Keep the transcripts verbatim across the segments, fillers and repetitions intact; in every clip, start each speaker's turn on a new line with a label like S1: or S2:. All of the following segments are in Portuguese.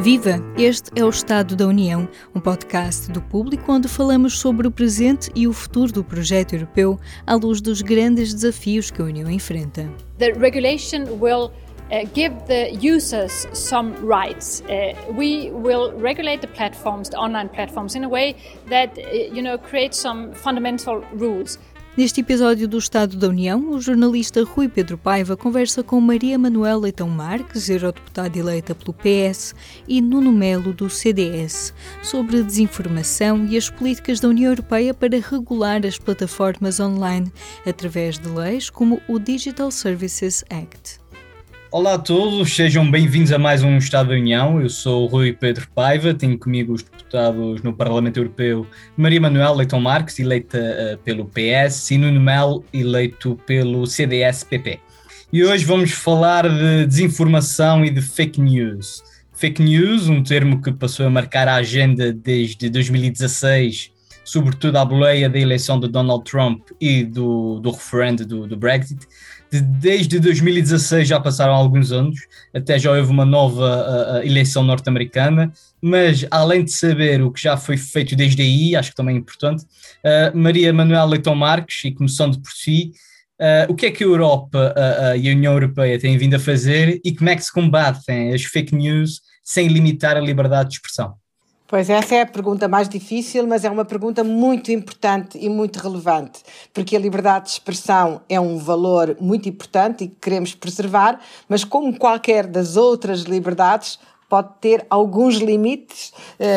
S1: Viva! Este é o Estado da União, um podcast do Público onde falamos sobre o presente e o futuro do projeto europeu à luz dos grandes desafios que a União enfrenta.
S2: The regulation will uh, give the users some rights. Uh, we will regulate the platforms, the online platforms, in a way that, uh, you know, creates some fundamental rules.
S1: Neste episódio do Estado da União, o jornalista Rui Pedro Paiva conversa com Maria Manuel Leitão Marques, eurodeputada eleita pelo P S, e Nuno Melo, do C D S, sobre a desinformação e as políticas da União Europeia para regular as plataformas online, através de leis como o Digital Services Act.
S3: Olá a todos, sejam bem-vindos a mais um Estado da União. Eu sou o Rui Pedro Paiva, tenho comigo os deputados no Parlamento Europeu Maria Manuel Leitão Marques, eleita uh, pelo P S, e Nuno Melo, eleito pelo C D S P P. E hoje vamos falar de desinformação e de fake news. Fake news, um termo que passou a marcar a agenda desde dois mil e dezasseis, sobretudo à boleia da eleição de Donald Trump e do, do referendo do, do Brexit. Desde dois mil e dezasseis já passaram alguns anos, até já houve uma nova uh, eleição norte-americana, mas além de saber o que já foi feito desde aí, acho que também é importante, uh, Maria Manuel Leitão Marques, e começando por si, uh, o que é que a Europa uh, uh, e a União Europeia têm vindo a fazer e como é que se combatem as fake news sem limitar a liberdade de expressão?
S4: Pois essa é a pergunta mais difícil, mas é uma pergunta muito importante e muito relevante, porque a liberdade de expressão é um valor muito importante e que queremos preservar, mas como qualquer das outras liberdades, pode ter alguns limites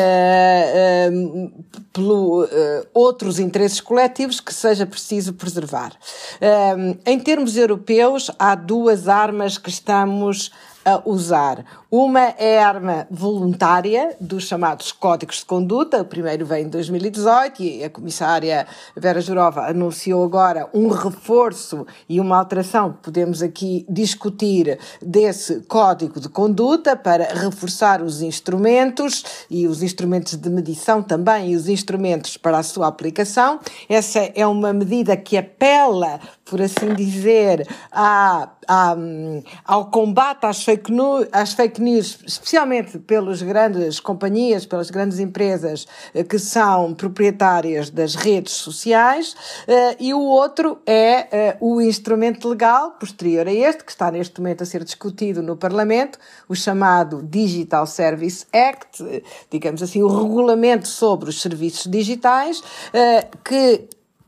S4: uh, uh, pelo uh, outros interesses coletivos que seja preciso preservar. Uh, em termos europeus, há duas armas que estamos a usar. Uma é a arma voluntária dos chamados códigos de conduta. O primeiro vem em dois mil e dezoito e a comissária Vera Jourova anunciou agora um reforço e uma alteração. Podemos aqui discutir desse código de conduta para reforçar os instrumentos e os instrumentos de medição também e os instrumentos para a sua aplicação. Essa é uma medida que apela, por assim dizer, a, a, ao combate às fake news, às fake news, especialmente pelas grandes companhias, pelas grandes empresas que são proprietárias das redes sociais, e o outro é o instrumento legal posterior a este, que está neste momento a ser discutido no Parlamento, o chamado Digital Service Act, digamos assim, o regulamento sobre os serviços digitais, que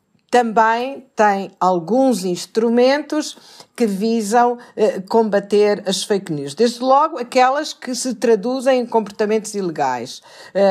S4: também tem alguns instrumentos que visam eh, combater as fake news. Desde logo, aquelas que se traduzem em comportamentos ilegais.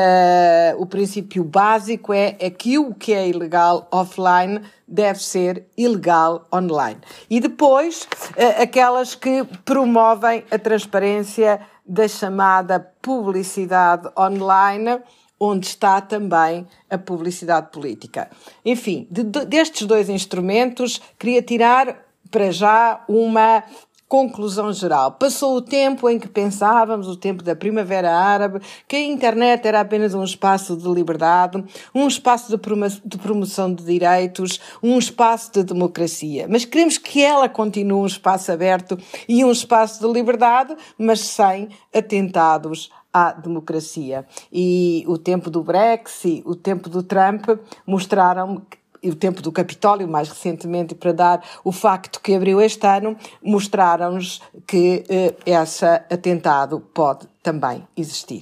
S4: Uh, o princípio básico é, é que o que é ilegal offline deve ser ilegal online. E depois, uh, aquelas que promovem a transparência da chamada publicidade online, onde está também a publicidade política. Enfim, de, de, destes dois instrumentos, queria tirar para já uma conclusão geral. Passou o tempo em que pensávamos, o tempo da Primavera Árabe, que a internet era apenas um espaço de liberdade, um espaço de, promo- de promoção de direitos, um espaço de democracia. Mas queremos que ela continue um espaço aberto e um espaço de liberdade, mas sem atentados à democracia. E o tempo do Brexit, o tempo do Trump mostraram, e o tempo do Capitólio, mais recentemente, para dar o facto que abriu este ano, mostraram-nos que eh, esse atentado pode também existir.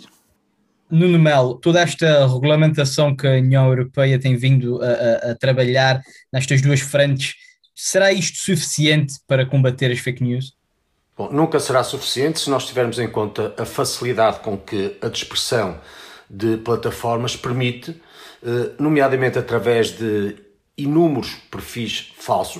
S3: Nuno Melo, toda esta regulamentação que a União Europeia tem vindo a, a, a trabalhar nestas duas frentes, será isto suficiente para combater as fake news?
S5: Bom, nunca será suficiente se nós tivermos em conta a facilidade com que a dispersão de plataformas permite, nomeadamente através de inúmeros perfis falsos,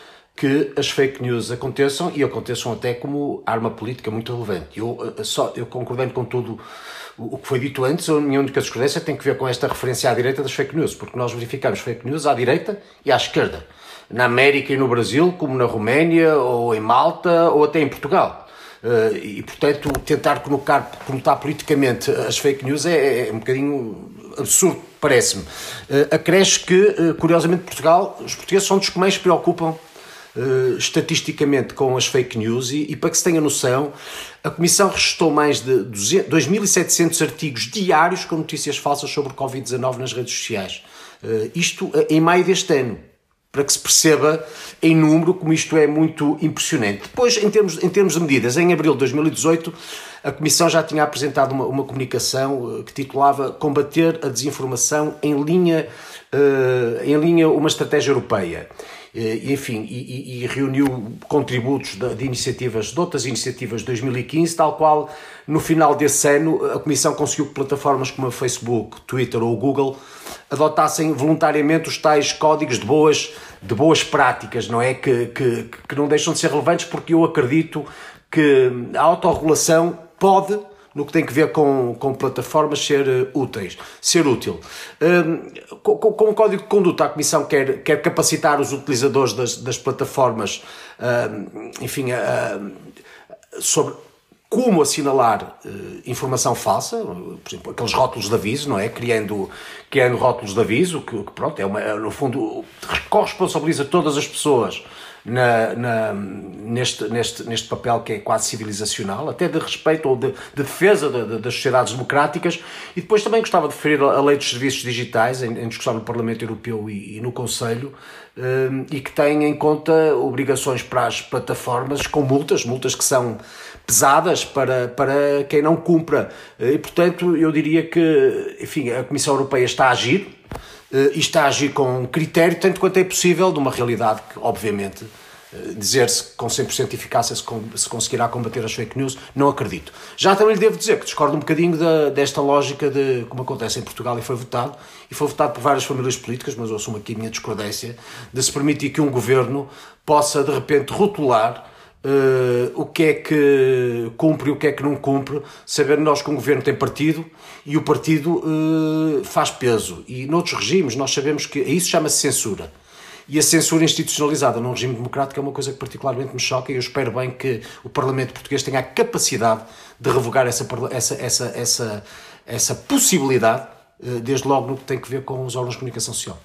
S5: que as fake news aconteçam e aconteçam até como arma política muito relevante. Eu, só, eu concordando com tudo o que foi dito antes, a minha única discordância tem que ver com esta referência à direita das fake news, porque nós verificamos fake news à direita e à esquerda, na América e no Brasil, como na Roménia, ou em Malta, ou até em Portugal. E, portanto, tentar conotar, conotar politicamente as fake news é, é um bocadinho absurdo, parece-me. Acresce que, curiosamente, Portugal, os portugueses são dos que mais se preocupam uh, estatisticamente com as fake news e, e para que se tenha noção, a Comissão registrou mais de dois mil e setecentos artigos diários com notícias falsas sobre o covid dezanove nas redes sociais. Uh, isto uh, em maio deste ano, para que se perceba em número como isto é muito impressionante. Depois, em termos, em termos de medidas, em abril de dois mil e dezoito, a Comissão já tinha apresentado uma, uma comunicação que titulava Combater a desinformação em linha, uh, em linha uma estratégia europeia. Uh, enfim, e, e reuniu contributos de, de iniciativas, de outras iniciativas de dois mil e quinze, tal qual no final desse ano a Comissão conseguiu que plataformas como a Facebook, Twitter ou o Google adotassem voluntariamente os tais códigos de boas, de boas práticas, não é? Que, que, que não deixam de ser relevantes, porque eu acredito que a autorregulação pode, no que tem que ver com, com plataformas, ser uh, úteis, ser útil. Um, com, com o Código de Conduta, a Comissão quer, quer capacitar os utilizadores das, das plataformas, uh, enfim, uh, sobre como assinalar uh, informação falsa, por exemplo, aqueles rótulos de aviso, não é? Criando, criando rótulos de aviso, que, que pronto, é uma, é, no fundo, corresponsabiliza todas as pessoas na, na, neste, neste, neste papel que é quase civilizacional, até de respeito ou de, de defesa de, de, das sociedades democráticas. E depois também gostava de referir a Lei dos Serviços Digitais, em, em discussão no Parlamento Europeu e, e no Conselho, um, e que tem em conta obrigações para as plataformas com multas, multas que são pesadas para, para quem não cumpra. E, portanto, eu diria que, enfim, a Comissão Europeia está a agir, e está a agir com critério, tanto quanto é possível, de uma realidade que, obviamente, dizer-se com cem por cento de eficácia se conseguirá combater as fake news, não acredito. Já também lhe devo dizer que discordo um bocadinho da, desta lógica de como acontece em Portugal, e foi votado, e foi votado por várias famílias políticas, mas eu assumo aqui a minha discordância, de se permitir que um governo possa, de repente, rotular Uh, o que é que cumpre e o que é que não cumpre, saber nós que um governo tem partido e o partido uh, faz peso. E noutros regimes nós sabemos que isso chama-se censura. E a censura institucionalizada num regime democrático é uma coisa que particularmente me choca, e eu espero bem que o Parlamento português tenha a capacidade de revogar essa, essa, essa, essa, essa possibilidade, uh, desde logo no que tem a ver com os órgãos de comunicação social.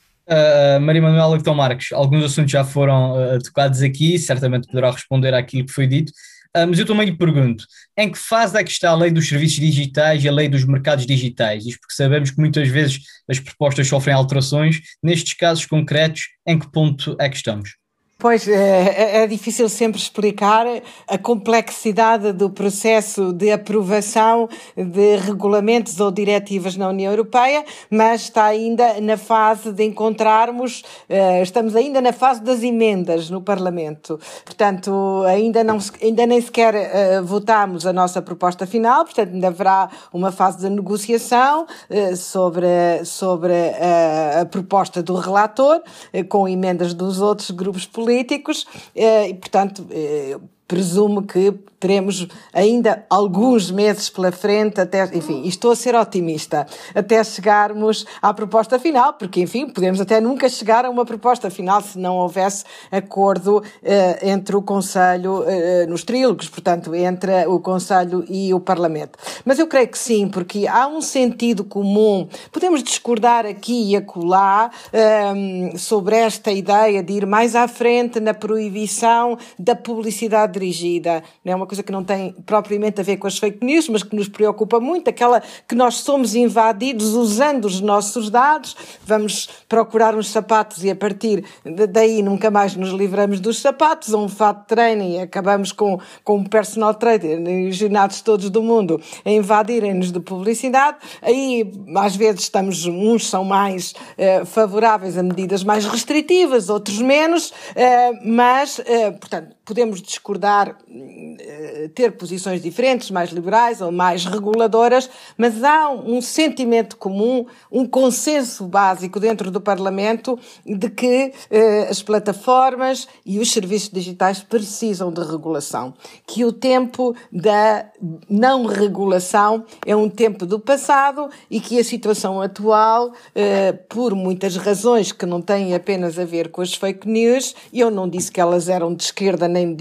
S3: Uh, Maria Manuela Leitão Marques, alguns assuntos já foram uh, tocados aqui, certamente poderá responder àquilo que foi dito, uh, mas eu também lhe pergunto, em que fase é que está a lei dos serviços digitais e a lei dos mercados digitais? Isto porque sabemos que muitas vezes as propostas sofrem alterações. Nestes casos concretos, em que ponto é que estamos?
S4: Pois, é, é difícil sempre explicar a complexidade do processo de aprovação de regulamentos ou diretivas na União Europeia, mas está ainda na fase de encontrarmos, estamos ainda na fase das emendas no Parlamento. Portanto, ainda, não, ainda nem sequer votámos a nossa proposta final, portanto, ainda haverá uma fase de negociação sobre, sobre a, a proposta do relator, com emendas dos outros grupos políticos. políticos e, portanto, presumo que teremos ainda alguns meses pela frente até, enfim, estou a ser otimista, até chegarmos à proposta final, porque, enfim, podemos até nunca chegar a uma proposta final se não houvesse acordo eh, entre o Conselho, eh, nos trílogos, portanto, entre o Conselho e o Parlamento. Mas eu creio que sim, porque há um sentido comum. Podemos discordar aqui e acolá eh, sobre esta ideia de ir mais à frente na proibição da publicidade dirigida. É uma coisa que não tem propriamente a ver com as fake news, mas que nos preocupa muito, aquela que nós somos invadidos usando os nossos dados, vamos procurar uns sapatos e a partir daí nunca mais nos livramos dos sapatos, ou um fato de treino e acabamos com, com um personal trainer e os ginásios todos do mundo a invadirem-nos de publicidade. Aí às vezes estamos, uns são mais eh, favoráveis a medidas mais restritivas, outros menos, eh, mas, eh, portanto, podemos discordar, ter posições diferentes, mais liberais ou mais reguladoras, mas há um sentimento comum, um consenso básico dentro do Parlamento de que eh, as plataformas e os serviços digitais precisam de regulação, que o tempo da não regulação é um tempo do passado e que a situação atual, eh, por muitas razões que não têm apenas a ver com as fake news, eu não disse que elas eram de esquerda nem de direita, eu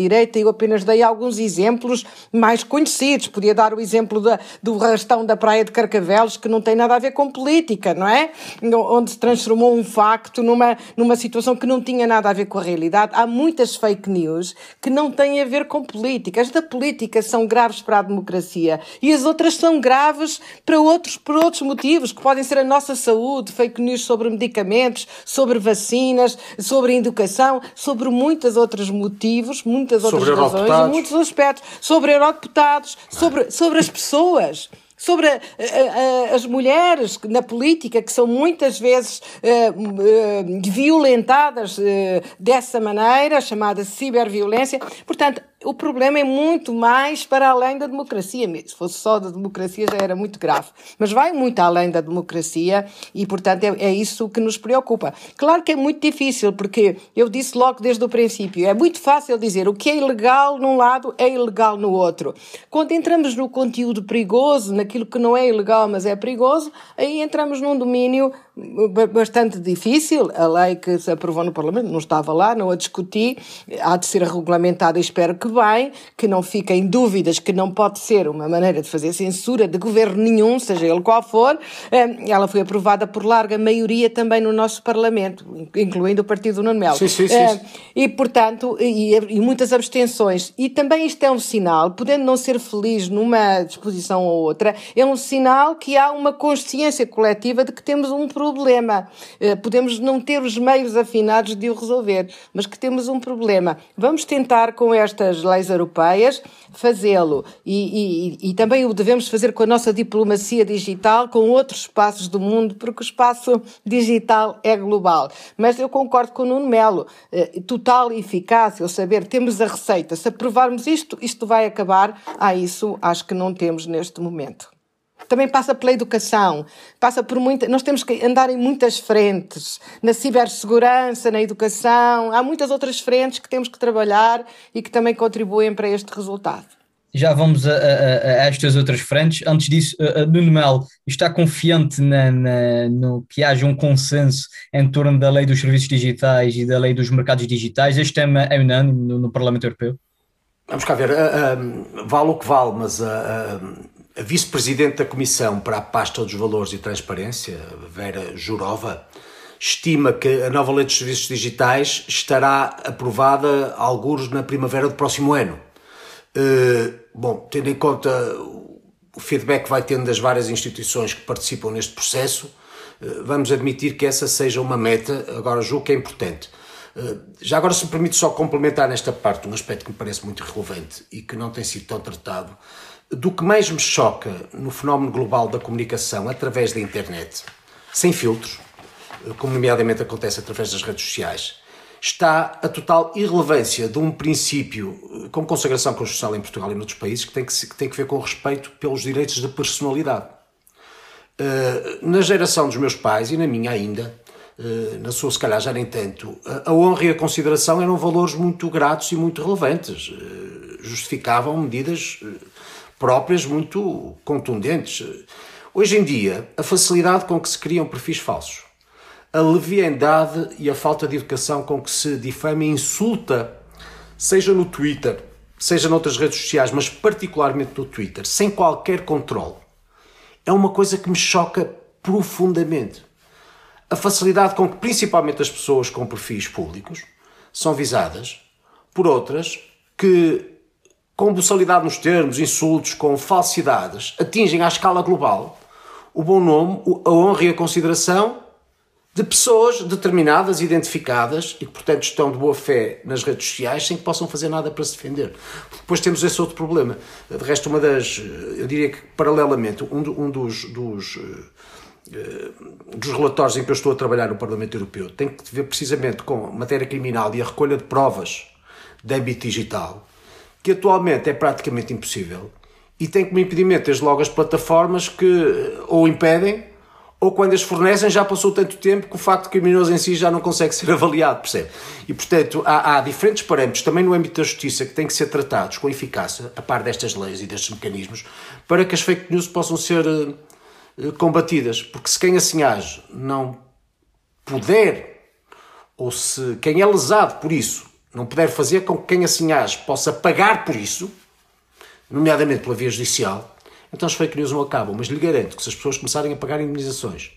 S4: apenas dei alguns exemplos mais conhecidos. Podia dar o exemplo da, do arrastão da Praia de Carcavelos, que não tem nada a ver com política, não é? Onde se transformou um facto numa, numa situação que não tinha nada a ver com a realidade. Há muitas fake news que não têm a ver com política. As da política são graves para a democracia e as outras são graves para outros, por outros motivos, que podem ser a nossa saúde, fake news sobre medicamentos, sobre vacinas, sobre educação, sobre muitos outros motivos, muitas outras
S5: sobre
S4: razões e muitos aspectos, sobre eurodeputados, sobre, sobre as pessoas. Sobre a, a, a, as mulheres na política, que são muitas vezes uh, uh, violentadas uh, dessa maneira, chamada ciberviolência. Portanto, o problema é muito mais para além da democracia. Se fosse só da democracia já era muito grave. Mas vai muito além da democracia e, portanto, é, é isso que nos preocupa. Claro que é muito difícil, porque eu disse logo desde o princípio, é muito fácil dizer o que é ilegal num lado é ilegal no outro. Quando entramos no conteúdo perigoso, naquilo que não é ilegal, mas é perigoso, aí entramos num domínio bastante difícil. A lei que se aprovou no Parlamento, não estava lá, não a discuti, há de ser regulamentada e espero que bem, que não fiquem dúvidas que não pode ser uma maneira de fazer censura de governo nenhum, seja ele qual for. Ela foi aprovada por larga maioria também no nosso Parlamento, incluindo o Partido do Nuno Melo.
S5: Sim, sim, sim.
S4: E, portanto, e, e muitas abstenções. E também isto é um sinal, podendo não ser feliz numa disposição ou outra, é um sinal que há uma consciência coletiva de que temos um problema. Podemos não ter os meios afinados de o resolver, mas que temos um problema. Vamos tentar com estas leis europeias fazê-lo e, e, e também o devemos fazer com a nossa diplomacia digital, com outros espaços do mundo, porque o espaço digital é global. Mas eu concordo com o Nuno Melo, total eficácia, ou saber, temos a receita, se aprovarmos isto, isto vai acabar. Ah, isso acho que não temos neste momento. Também passa pela educação, passa por muita... Nós temos que andar em muitas frentes, na cibersegurança, na educação, há muitas outras frentes que temos que trabalhar e que também contribuem para este resultado.
S3: Já vamos a, a, a estas outras frentes. Antes disso, a Nuno Melo está confiante na, na, no que haja um consenso em torno da lei dos serviços digitais e da lei dos mercados digitais? Este tema é unânime no, no Parlamento Europeu?
S5: Vamos cá ver, uh, uh, vale o que vale, mas... Uh, uh, A vice-presidente da Comissão para a Pasta dos Valores e Transparência, Vera Jourova, estima que a nova lei dos serviços digitais estará aprovada algures na primavera do próximo ano. Uh, bom, tendo em conta o feedback que vai tendo das várias instituições que participam neste processo, uh, vamos admitir que essa seja uma meta. Agora, julgo que é importante. Uh, já agora, se me permite só complementar nesta parte um aspecto que me parece muito relevante e que não tem sido tão tratado. Do que mais me choca no fenómeno global da comunicação através da internet, sem filtros, como nomeadamente acontece através das redes sociais, está a total irrelevância de um princípio com consagração constitucional em Portugal e noutros países que tem que, que tem que ver com o respeito pelos direitos de personalidade. Na geração dos meus pais e na minha ainda, na sua se calhar já nem tanto, a honra e a consideração eram valores muito gratos e muito relevantes, justificavam medidas próprias muito contundentes. Hoje em dia, a facilidade com que se criam perfis falsos, a leviandade e a falta de educação com que se difama e insulta, seja no Twitter, seja noutras redes sociais, mas particularmente no Twitter, sem qualquer controle, é uma coisa que me choca profundamente. A facilidade com que principalmente as pessoas com perfis públicos são visadas por outras que, com boçalidade nos termos, insultos, com falsidades, atingem à escala global o bom nome, a honra e a consideração de pessoas determinadas, identificadas e que, portanto, estão de boa fé nas redes sociais sem que possam fazer nada para se defender. Depois temos esse outro problema. De resto, uma das, eu diria que, paralelamente, um, um dos, dos, dos relatórios em que eu estou a trabalhar no Parlamento Europeu tem que ver precisamente com a matéria criminal e a recolha de provas de âmbito digital, que atualmente é praticamente impossível e tem como impedimento desde logo as plataformas que ou impedem ou quando as fornecem já passou tanto tempo que o facto criminoso em si já não consegue ser avaliado, percebe? E portanto há, há diferentes parâmetros também no âmbito da justiça que têm que ser tratados com eficácia, a par destas leis e destes mecanismos, para que as fake news possam ser uh, combatidas, porque se quem assim age não puder, ou se quem é lesado por isso não puder fazer com que quem assim age possa pagar por isso, nomeadamente pela via judicial, então as fake news não acabam. Mas lhe garanto que se as pessoas começarem a pagar indemnizações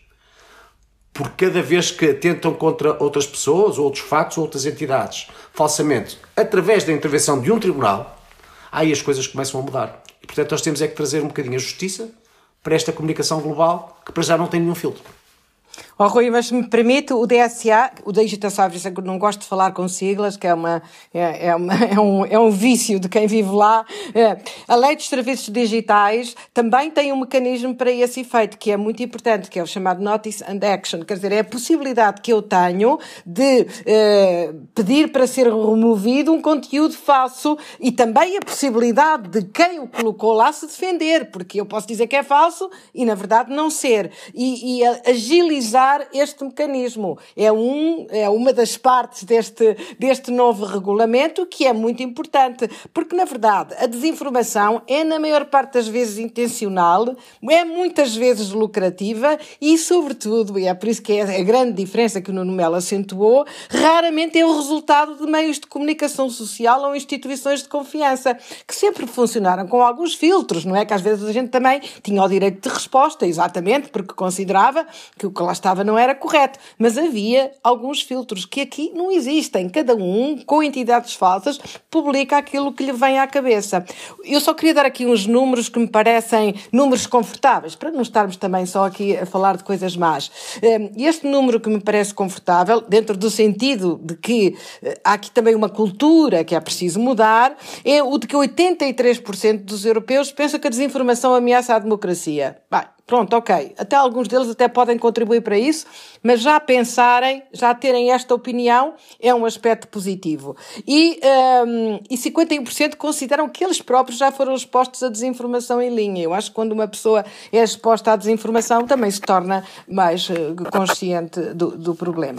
S5: por cada vez que atentam contra outras pessoas, outros fatos, outras entidades, falsamente, através da intervenção de um tribunal, aí as coisas começam a mudar. E, portanto, nós temos é que trazer um bocadinho a justiça para esta comunicação global, que para já não tem nenhum filtro.
S4: Oh, Rui, mas se me permite, o D S A, o Digital Service, não gosto de falar com siglas, que é, uma, é, é, uma, é, um, é um vício de quem vive lá. É. A Lei dos Serviços Digitais também tem um mecanismo para esse efeito, que é muito importante, que é o chamado Notice and Action. Quer dizer, é a possibilidade que eu tenho de eh, pedir para ser removido um conteúdo falso e também a possibilidade de quem o colocou lá se defender, porque eu posso dizer que é falso e, na verdade, não ser. E, e agilizar este mecanismo. É, um, é uma das partes deste, deste novo regulamento que é muito importante, porque, na verdade, a desinformação é, na maior parte das vezes, intencional, é muitas vezes lucrativa e, sobretudo, e é por isso que é a grande diferença que o Nuno Melo acentuou, raramente é o resultado de meios de comunicação social ou instituições de confiança, que sempre funcionaram com alguns filtros, não é? Que às vezes a gente também tinha o direito de resposta, exatamente, porque considerava que o que lá estava não era correto, mas havia alguns filtros que aqui não existem. Cada um, com entidades falsas, publica aquilo que lhe vem à cabeça. Eu só queria dar aqui uns números que me parecem números confortáveis, para não estarmos também só aqui a falar de coisas más. Este número que me parece confortável, dentro do sentido de que há aqui também uma cultura que é preciso mudar, é o de que oitenta e três por cento dos europeus pensam que a desinformação ameaça a democracia. Bem, pronto, ok. Até alguns deles até podem contribuir para isso, mas já pensarem, já terem esta opinião é um aspecto positivo. E, um, e cinquenta e um por cento consideram que eles próprios já foram expostos à desinformação em linha. Eu acho que quando uma pessoa é exposta à desinformação também se torna mais uh, consciente do, do problema.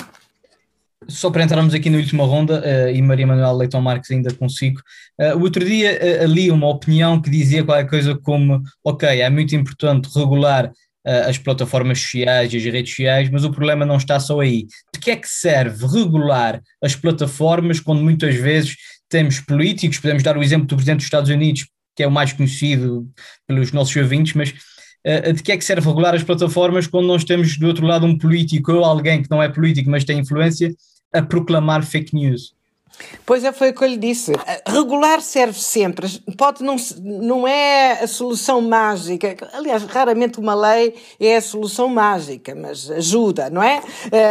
S3: Só para entrarmos aqui na última ronda, uh, e Maria Manuela Leitão Marques ainda consigo, uh, o outro dia uh, li uma opinião que dizia qualquer coisa como, ok, é muito importante regular uh, as plataformas sociais e as redes sociais, mas o problema não está só aí. De que é que serve regular as plataformas quando muitas vezes temos políticos, podemos dar o exemplo do Presidente dos Estados Unidos, que é o mais conhecido pelos nossos ouvintes, mas uh, de que é que serve regular as plataformas quando nós temos do outro lado um político ou alguém que não é político, mas tem influência, a proclamar fake news?
S4: Pois é, foi o que eu lhe disse. Regular serve sempre. Pode não, não é a solução mágica. Aliás, raramente uma lei é a solução mágica, mas ajuda, não é?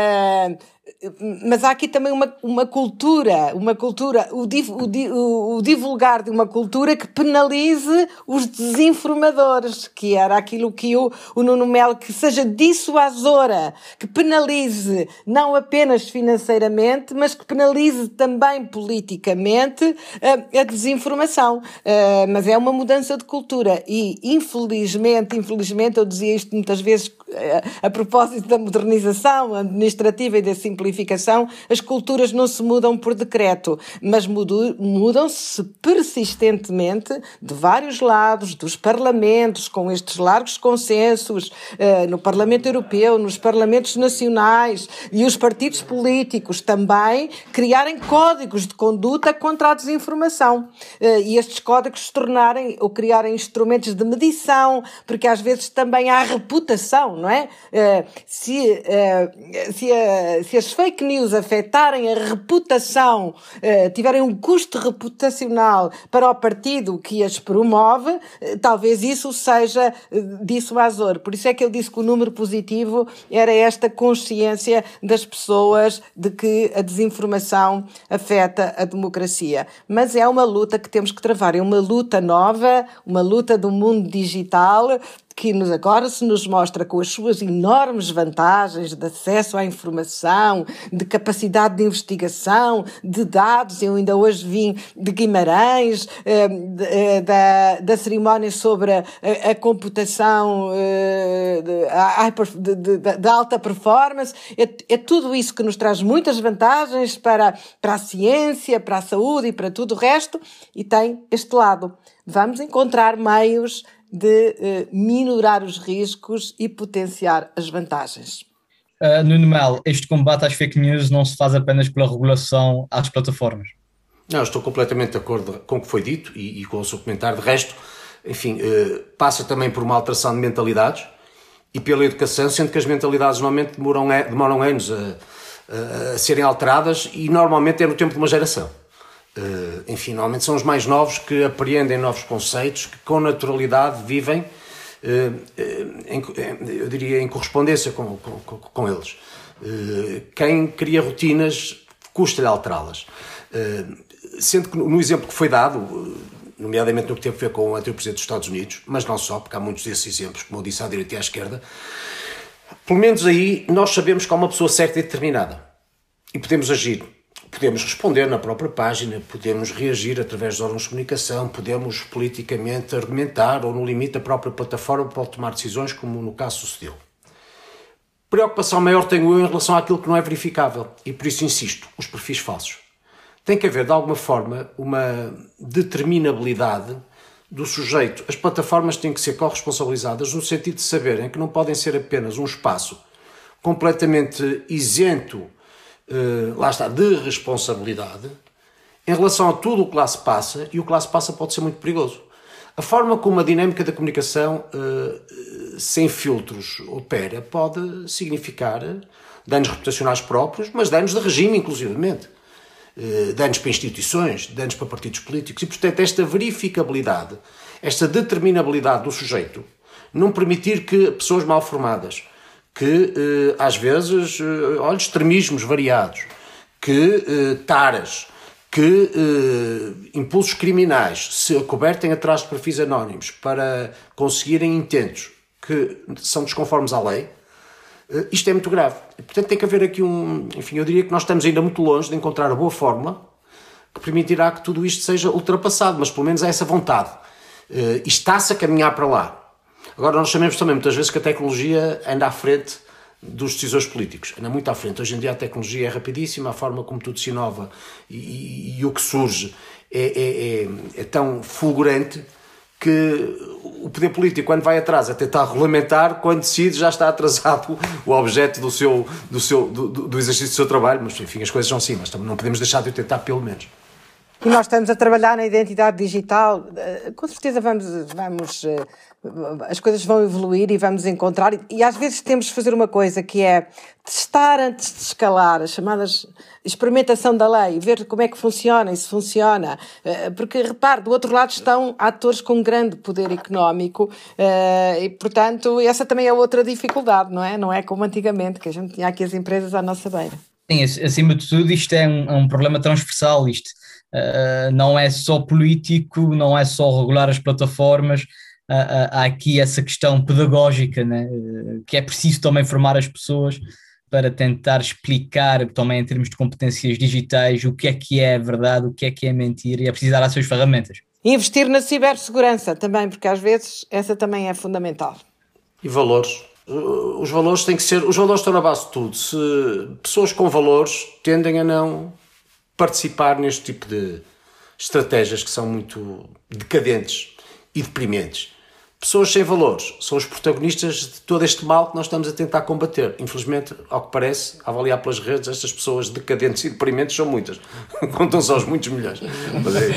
S4: Uh, mas há aqui também uma, uma cultura, uma cultura, o, div, o, o divulgar de uma cultura que penalize os desinformadores, que era aquilo que o, o Nuno Melo, que seja dissuasora, que penalize não apenas financeiramente, mas que penalize também politicamente a, a desinformação. Uh, mas é uma mudança de cultura e, infelizmente, infelizmente, eu dizia isto muitas vezes a, a propósito da modernização administrativa e da simplificação, as culturas não se mudam por decreto, mas mudam-se persistentemente de vários lados, dos parlamentos, com estes largos consensos, no Parlamento Europeu, nos parlamentos nacionais, e os partidos políticos também criarem códigos de conduta contra a desinformação. E estes códigos se tornarem ou criarem instrumentos de medição, porque às vezes também há reputação, não é? Se, se, se as fake news afetarem a reputação, eh, tiverem um custo reputacional para o partido que as promove, eh, talvez isso seja eh, dissuasor. Por isso é que eu disse que o número positivo era esta consciência das pessoas de que a desinformação afeta a democracia. Mas é uma luta que temos que travar, é uma luta nova, uma luta do mundo digital, que nos agora se nos mostra com as suas enormes vantagens de acesso à informação, de capacidade de investigação, de dados. Eu ainda hoje vim de Guimarães, eh, de, eh, da, da cerimónia sobre a, a computação eh, de, de, de, de alta performance. É, é tudo isso que nos traz muitas vantagens para, para a ciência, para a saúde e para tudo o resto, e tem este lado. Vamos encontrar meios de eh, minorar os riscos e potenciar as vantagens.
S3: Uh, Nuno Melo, este combate às fake news não se faz apenas pela regulação às plataformas?
S5: Não, estou completamente de acordo com o que foi dito e, e com o seu comentário. De resto, enfim, eh, passa também por uma alteração de mentalidades e pela educação, sendo que as mentalidades normalmente demoram, demoram anos a, a, a serem alteradas e normalmente é no tempo de uma geração. Uh, enfim, normalmente são os mais novos que apreendem novos conceitos, que com naturalidade vivem, uh, uh, em, eu diria, em correspondência com, com, com eles. Uh, quem cria rotinas custa-lhe alterá-las. Uh, sendo que no exemplo que foi dado, uh, nomeadamente no que teve a ver com o anterior Presidente dos Estados Unidos, mas não só, porque há muitos desses exemplos, como eu disse, à direita e à esquerda, pelo menos aí nós sabemos que há uma pessoa certa e determinada e podemos agir. Podemos responder na própria página, podemos reagir através de órgãos de comunicação, podemos politicamente argumentar ou, no limite, a própria plataforma pode tomar decisões, como no caso sucedeu. Preocupação maior tenho eu em relação àquilo que não é verificável e, por isso, insisto, os perfis falsos. Tem que haver, de alguma forma, uma determinabilidade do sujeito. As plataformas têm que ser corresponsabilizadas no sentido de saberem que não podem ser apenas um espaço completamente isento, Uh, lá está, de responsabilidade em relação a tudo o que lá se passa, e o que lá se passa pode ser muito perigoso. A forma como a dinâmica da comunicação uh, sem filtros opera pode significar danos reputacionais próprios, mas danos de regime, inclusivamente. Uh, danos para instituições, danos para partidos políticos. E, portanto, esta verificabilidade, esta determinabilidade do sujeito, não permitir que pessoas mal formadas, que, eh, às vezes, eh, olha, extremismos variados, que eh, taras, que eh, impulsos criminais se acobertem atrás de perfis anónimos para conseguirem intentos que são desconformes à lei, eh, isto é muito grave. E, portanto, tem que haver aqui um... Enfim, eu diria que nós estamos ainda muito longe de encontrar a boa fórmula que permitirá que tudo isto seja ultrapassado, mas pelo menos há essa vontade. Eh, e está-se a caminhar para lá. Agora, nós sabemos também muitas vezes que a tecnologia anda à frente dos decisores políticos, anda muito à frente. Hoje em dia a tecnologia é rapidíssima, a forma como tudo se inova e, e, e o que surge é, é, é, é tão fulgurante que o poder político, quando vai atrás a tentar regulamentar, quando decide já está atrasado o objeto do, seu, do, seu, do, do exercício do seu trabalho. Mas enfim, as coisas são assim, mas também não podemos deixar de o tentar pelo menos.
S4: E nós estamos a trabalhar na identidade digital, com certeza vamos, vamos, as coisas vão evoluir e vamos encontrar, e às vezes temos de fazer uma coisa que é testar antes de escalar, as chamadas experimentação da lei, ver como é que funciona e se funciona, porque repare, do outro lado estão atores com grande poder económico e portanto essa também é outra dificuldade, não é? Não é como antigamente, que a gente tinha aqui as empresas à nossa beira.
S3: Sim, acima de tudo isto é um, é um problema transversal, isto uh, não é só político, não é só regular as plataformas, uh, uh, há aqui essa questão pedagógica, né? uh, que é preciso também formar as pessoas para tentar explicar também em termos de competências digitais o que é que é verdade, o que é que é mentira, e é preciso dar as suas ferramentas.
S4: Investir na cibersegurança também, porque às vezes essa também é fundamental.
S5: E valores. Os valores têm que ser, os valores estão na base de tudo. Se pessoas com valores tendem a não participar neste tipo de estratégias que são muito decadentes e deprimentes. Pessoas sem valores são os protagonistas de todo este mal que nós estamos a tentar combater. Infelizmente, ao que parece, a avaliar pelas redes, estas pessoas decadentes e deprimentes são muitas. Contam-se aos muitos milhões. Mas é...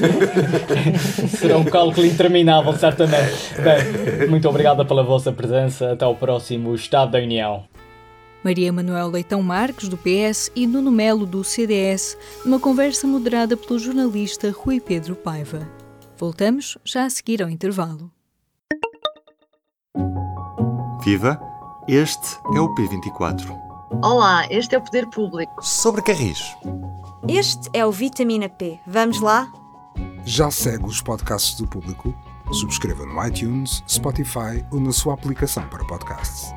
S3: Será um cálculo interminável, certamente. Bem, muito obrigada pela vossa presença. Até ao próximo Estado da União.
S1: Maria Manuel Leitão Marques, do P S, e Nuno Melo, do C D S, numa conversa moderada pelo jornalista Rui Pedro Paiva. Voltamos já a seguir ao intervalo.
S6: Viva! Este é o P vinte e quatro.
S7: Olá, este é o Poder Público.
S6: Sobre Carris.
S8: Este é o Vitamina P. Vamos lá?
S9: Já segue os podcasts do Público? Subscreva no iTunes, Spotify ou na sua aplicação para podcasts.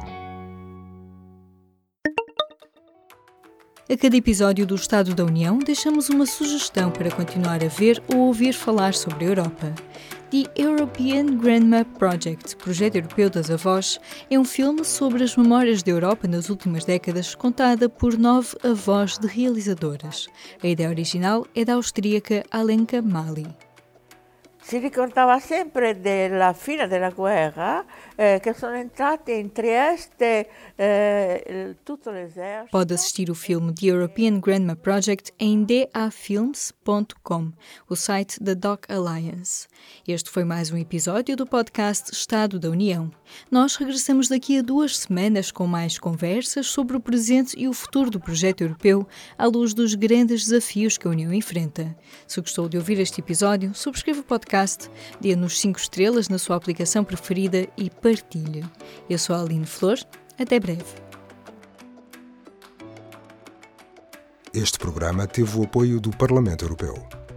S1: A cada episódio do Estado da União deixamos uma sugestão para continuar a ver ou ouvir falar sobre a Europa. The European Grandma Project, projeto europeu das avós, é um filme sobre as memórias da Europa nas últimas décadas, contada por nove avós de realizadoras. A ideia original é da austríaca Alenka Mali.
S10: si ricordava sempre della fine della guerra, eh, che sono entrati in Trieste eh, tutto l'esercito.
S1: Pode assistir o filme The European Grandma Project em d a films ponto com, o site da Doc Alliance. Este foi mais um episódio do podcast Estado da União. Nós regressamos daqui a duas semanas com mais conversas sobre o presente e o futuro do projeto europeu à luz dos grandes desafios que a União enfrenta. Se gostou de ouvir este episódio, subscreva o podcast, dê-nos cinco estrelas na sua aplicação preferida e partilhe. Eu sou a Aline Flor. Até breve.
S9: Este programa teve o apoio do Parlamento Europeu.